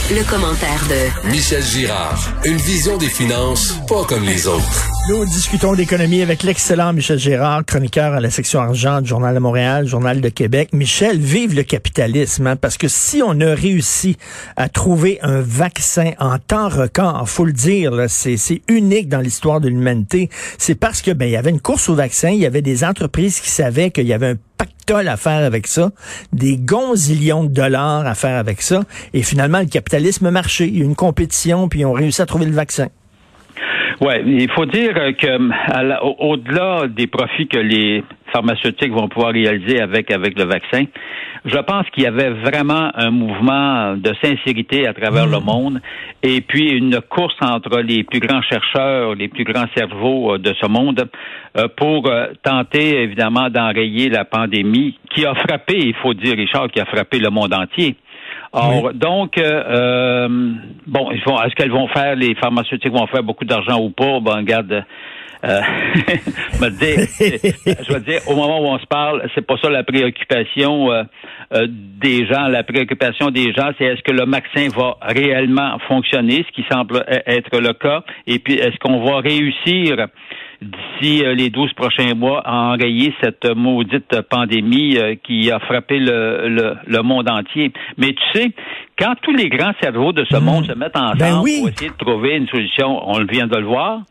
Le commentaire de Michel Girard. Une vision des finances pas comme les autres. Nous discutons d'économie avec l'excellent Michel Girard, chroniqueur à la section argent du Journal de Montréal, Journal de Québec. Michel, vive le capitalisme, hein, parce que si on a réussi à trouver un vaccin en temps record, faut le dire, là, c'est unique dans l'histoire de l'humanité, c'est parce que il y avait une course au vaccin, il y avait des entreprises qui savaient qu'il y avait un pactole à faire avec ça, des gonzillions de dollars à faire avec ça, et finalement le capitalisme a marché, il y a eu une compétition, puis ils ont réussi à trouver le vaccin. Ouais, il faut dire que au-delà des profits que les pharmaceutiques vont pouvoir réaliser avec le vaccin, je pense qu'il y avait vraiment un mouvement de sincérité à travers le monde et puis une course entre les plus grands chercheurs, les plus grands cerveaux de ce monde pour tenter évidemment d'enrayer la pandémie qui a frappé, il faut dire, Richard, qui a frappé le monde entier. Or, donc, est-ce qu'elles vont faire, les pharmaceutiques vont faire beaucoup d'argent ou pas? Ben, regarde, je veux dire, au moment où on se parle, c'est pas ça la préoccupation des gens. La préoccupation des gens, c'est est-ce que le vaccin va réellement fonctionner, ce qui semble être le cas, et puis est-ce qu'on va réussir d'ici les 12 prochains mois à enrayer cette maudite pandémie qui a frappé le monde entier. Mais tu sais, quand tous les grands cerveaux de ce monde se mettent ensemble pour essayer de trouver une solution, on vient de le voir,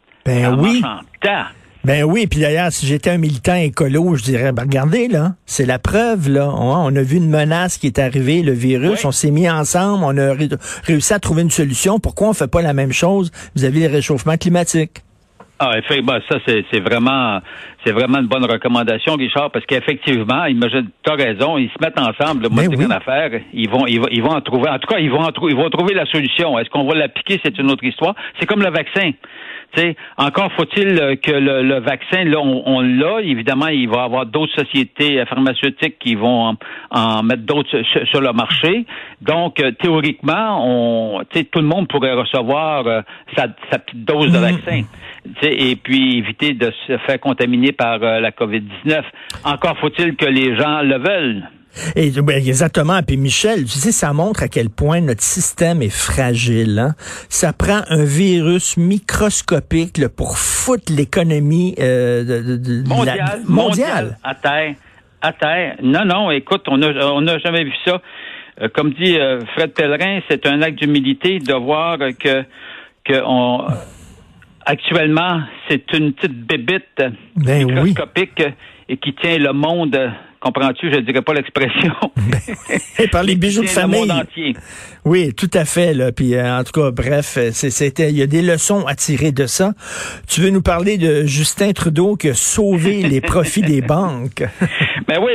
Ben oui, puis d'ailleurs, si j'étais un militant écolo, je dirais, regardez, là, c'est la preuve, là. On a vu une menace qui est arrivée, le virus, on s'est mis ensemble, on a réussi à trouver une solution. Pourquoi on fait pas la même chose vis-à-vis des réchauffements climatiques? Ah, effectivement, ça c'est vraiment une bonne recommandation, Richard, parce qu'effectivement, imagine, t'as raison, ils se mettent ensemble, une affaire, ils vont en trouver, en tout cas, ils vont trouver la solution. Est-ce qu'on va l'appliquer, c'est une autre histoire. C'est comme le vaccin. T'sais, encore faut-il que le vaccin, là, on l'a. Évidemment, il va y avoir d'autres sociétés pharmaceutiques qui vont en mettre d'autres sur le marché. Donc, théoriquement, tout le monde pourrait recevoir sa petite dose de vaccin. Et puis éviter de se faire contaminer par la COVID-19. Encore faut-il que les gens le veulent. Et, exactement. Puis Michel, tu sais, ça montre à quel point notre système est fragile. Hein? Ça prend un virus microscopique là, pour foutre l'économie mondiale. À terre. Non, écoute, on n'a jamais vu ça. Comme dit Fred Pellerin, c'est un acte d'humilité de voir actuellement, c'est une petite bébite microscopique et qui tient le monde. Comprends-tu? Je ne dirais pas l'expression. Par les bijoux de famille. Le monde entier. Oui, tout à fait. Là. Puis, en tout cas, bref, il y a des leçons à tirer de ça. Tu veux nous parler de Justin Trudeau qui a sauvé les profits des banques? Ben oui.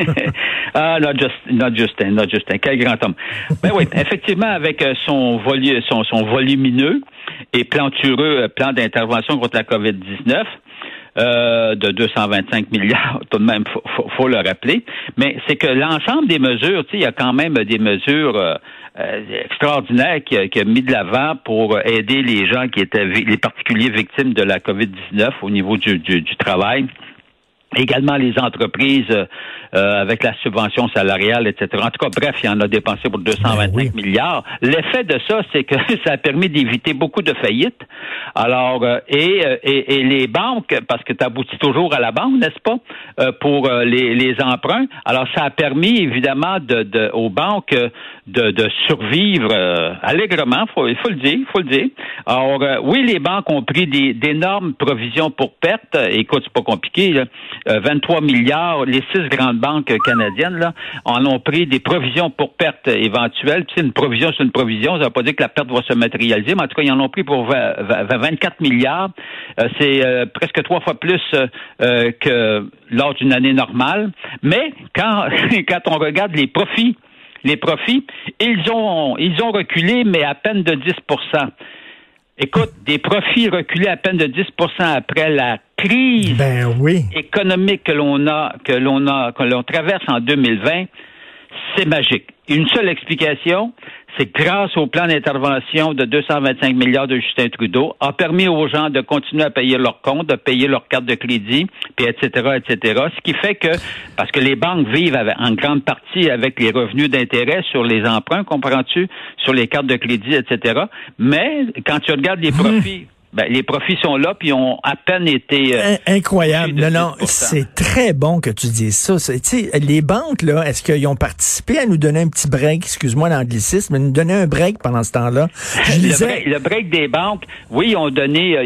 Not Justin. Quel grand homme. Ben oui, effectivement, avec son volumineux et plantureux plan d'intervention contre la COVID-19, de 225 milliards, tout de même, faut le rappeler. Mais c'est que l'ensemble des mesures, il y a quand même des mesures extraordinaires qui a mis de l'avant pour aider les gens qui étaient les particuliers victimes de la COVID-19 au niveau du travail. Également les entreprises avec la subvention salariale, etc. En tout cas, bref, il en a dépensé pour 225 milliards. L'effet de ça, c'est que ça a permis d'éviter beaucoup de faillites. Alors, et les banques, parce que tu aboutis toujours à la banque, n'est-ce pas, pour les emprunts. Alors, ça a permis, évidemment, aux banques de survivre allègrement, il faut le dire. Alors, oui, les banques ont pris d'énormes provisions pour pertes. Écoute, c'est pas compliqué, là. 23 milliards, les 6 grandes banques canadiennes là, en ont pris des provisions pour pertes éventuelles. Tu sais, une provision, c'est une provision, ça ne veut pas dire que la perte va se matérialiser, mais en tout cas, ils en ont pris pour 24 milliards. C'est presque 3 fois plus que lors d'une année normale. Mais quand on regarde les profits, ils ont reculé, mais à peine de 10%. Écoute, des profits reculés à peine de 10% après la crise économique que l'on traverse en 2020, c'est magique. Une seule explication, c'est que grâce au plan d'intervention de 225 milliards de Justin Trudeau, a permis aux gens de continuer à payer leurs comptes, de payer leurs cartes de crédit, puis etc., etc. Ce qui fait que, parce que les banques vivent en grande partie avec les revenus d'intérêt sur les emprunts, comprends-tu, sur les cartes de crédit, etc. Mais quand tu regardes les profits, les profits sont là, puis ont à peine été... incroyable. Non, c'est très bon que tu dises ça. Tu sais, les banques, là, est-ce qu'ils ont participé à nous donner un petit break, excuse-moi l'anglicisme, mais nous donner un break pendant ce temps-là? Le break des banques, oui, ils ont donné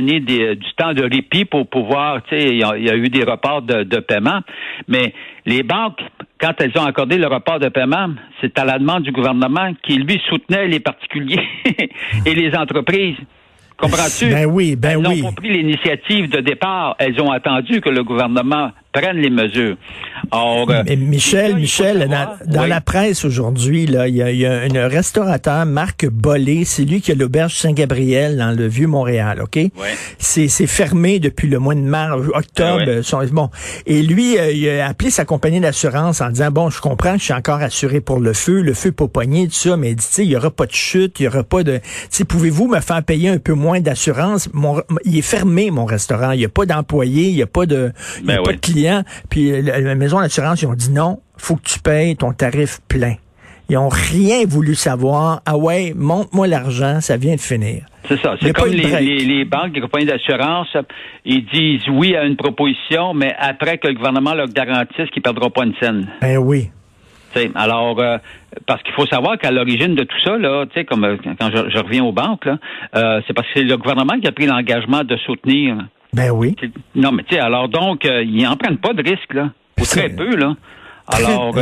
du temps de répit pour pouvoir, tu sais, il y a eu des reports de paiement, mais les banques, quand elles ont accordé le report de paiement, c'est à la demande du gouvernement qui, lui, soutenait les particuliers et les entreprises. Comprends-tu? Ben oui. Elles n'ont pas pris l'initiative de départ. Elles ont attendu que le gouvernement prenne les mesures. Or, mais Michel, dans la presse aujourd'hui, là, il y a un restaurateur, Marc Bollé, c'est lui qui a l'auberge Saint-Gabriel dans le Vieux-Montréal, OK? Ouais. C'est fermé depuis le mois de mars, octobre. Bon. Et lui, il a appelé sa compagnie d'assurance en disant, bon, je comprends que je suis encore assuré pour le feu pas pogné, tout ça, mais il dit, tu sais, il y aura pas de chute, il y aura pas de... Tu sais, pouvez-vous me faire payer un peu moins d'assurance? Il est fermé, mon restaurant. Il n'y a pas d'employés, il n'y a pas de clients. Puis la maison d'assurance, ils ont dit non, faut que tu payes ton tarif plein. Ils ont rien voulu savoir. Ah ouais, monte-moi l'argent, ça vient de finir. C'est ça. C'est comme les banques, les compagnies d'assurance, ils disent oui à une proposition, mais après que le gouvernement leur garantisse qu'ils ne perdront pas une scène. Ben oui. Alors, parce qu'il faut savoir qu'à l'origine de tout ça, là, tu sais, comme quand je reviens aux banques, là, c'est parce que c'est le gouvernement qui a pris l'engagement de soutenir. Ben oui. Non, mais tu sais, alors donc, ils n'en prennent pas de risque, là. Ou très peu, là. Alors,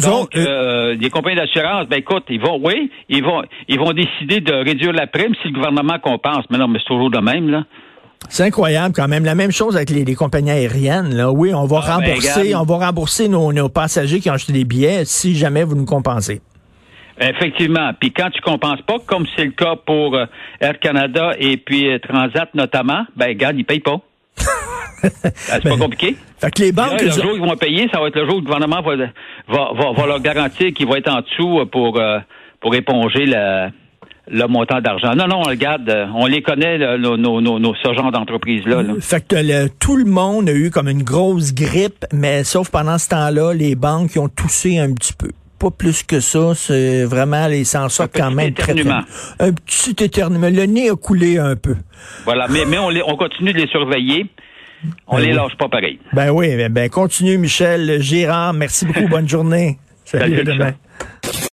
les compagnies d'assurance, ben écoute, ils vont décider de réduire la prime si le gouvernement compense. Mais non, mais c'est toujours de même, là. C'est incroyable quand même. La même chose avec les compagnies aériennes, là. Oui, on va rembourser nos passagers qui ont acheté des billets si jamais vous nous compensez. Effectivement. Puis quand tu compenses pas, comme c'est le cas pour Air Canada et puis Transat notamment, ben regarde, ils payent pas. C'est pas compliqué. Fait que les banques... Là, le jour où ils vont payer, ça va être le jour où le gouvernement va leur garantir qu'ils vont être en dessous pour éponger le montant d'argent. Non, regarde, on les connaît, ce genre d'entreprise-là. Là. Fait que tout le monde a eu comme une grosse grippe, mais sauf pendant ce temps-là, les banques ont toussé un petit peu. Pas plus que ça, c'est vraiment, ils s'en sortent quand même très, un petit éternuement. Le nez a coulé un peu. Voilà, mais on continue de les surveiller. On les lâche pas pareil. Ben oui, continue, Michel Girard. Merci beaucoup, bonne journée. Salut, à demain.